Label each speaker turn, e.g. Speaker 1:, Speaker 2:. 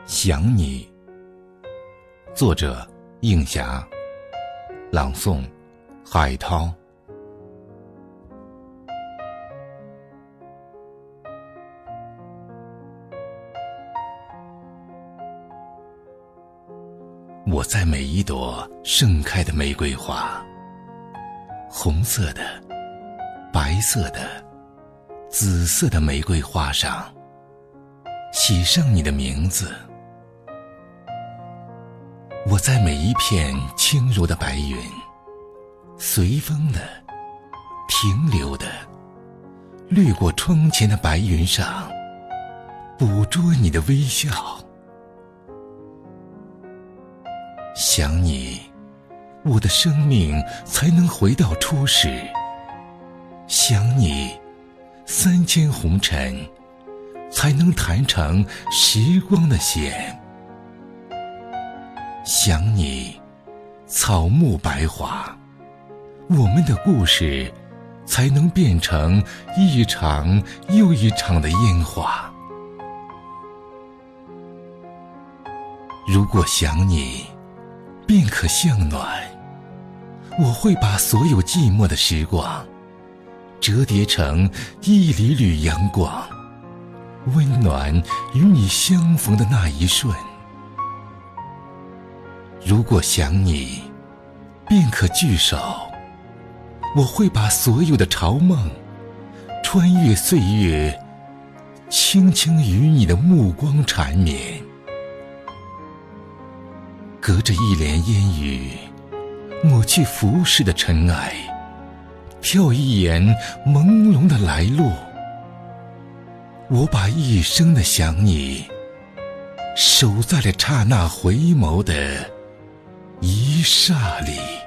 Speaker 1: 想你，作者映霞，朗诵海涛。我在每一朵盛开的玫瑰花，红色的、白色的、紫色的玫瑰花上写上你的名字。我在每一片轻柔的白云，随风的、停留的、掠过窗前的白云上，捕捉你的微笑。想你，我的生命才能回到初始。想你，3000红尘才能弹成时光的弦。想你，草木白花，我们的故事才能变成一场又一场的烟花。如果想你，便可向暖，我会把所有寂寞的时光折叠成一缕缕阳光，温暖与你相逢的那一瞬。如果想你，便可聚首，我会把所有的朝梦穿越岁月，轻轻与你的目光缠绵。隔着一帘烟雨，抹去浮世的尘埃，瞟一眼朦胧的来路。我把一生的想你守在了刹那回眸的一霎里。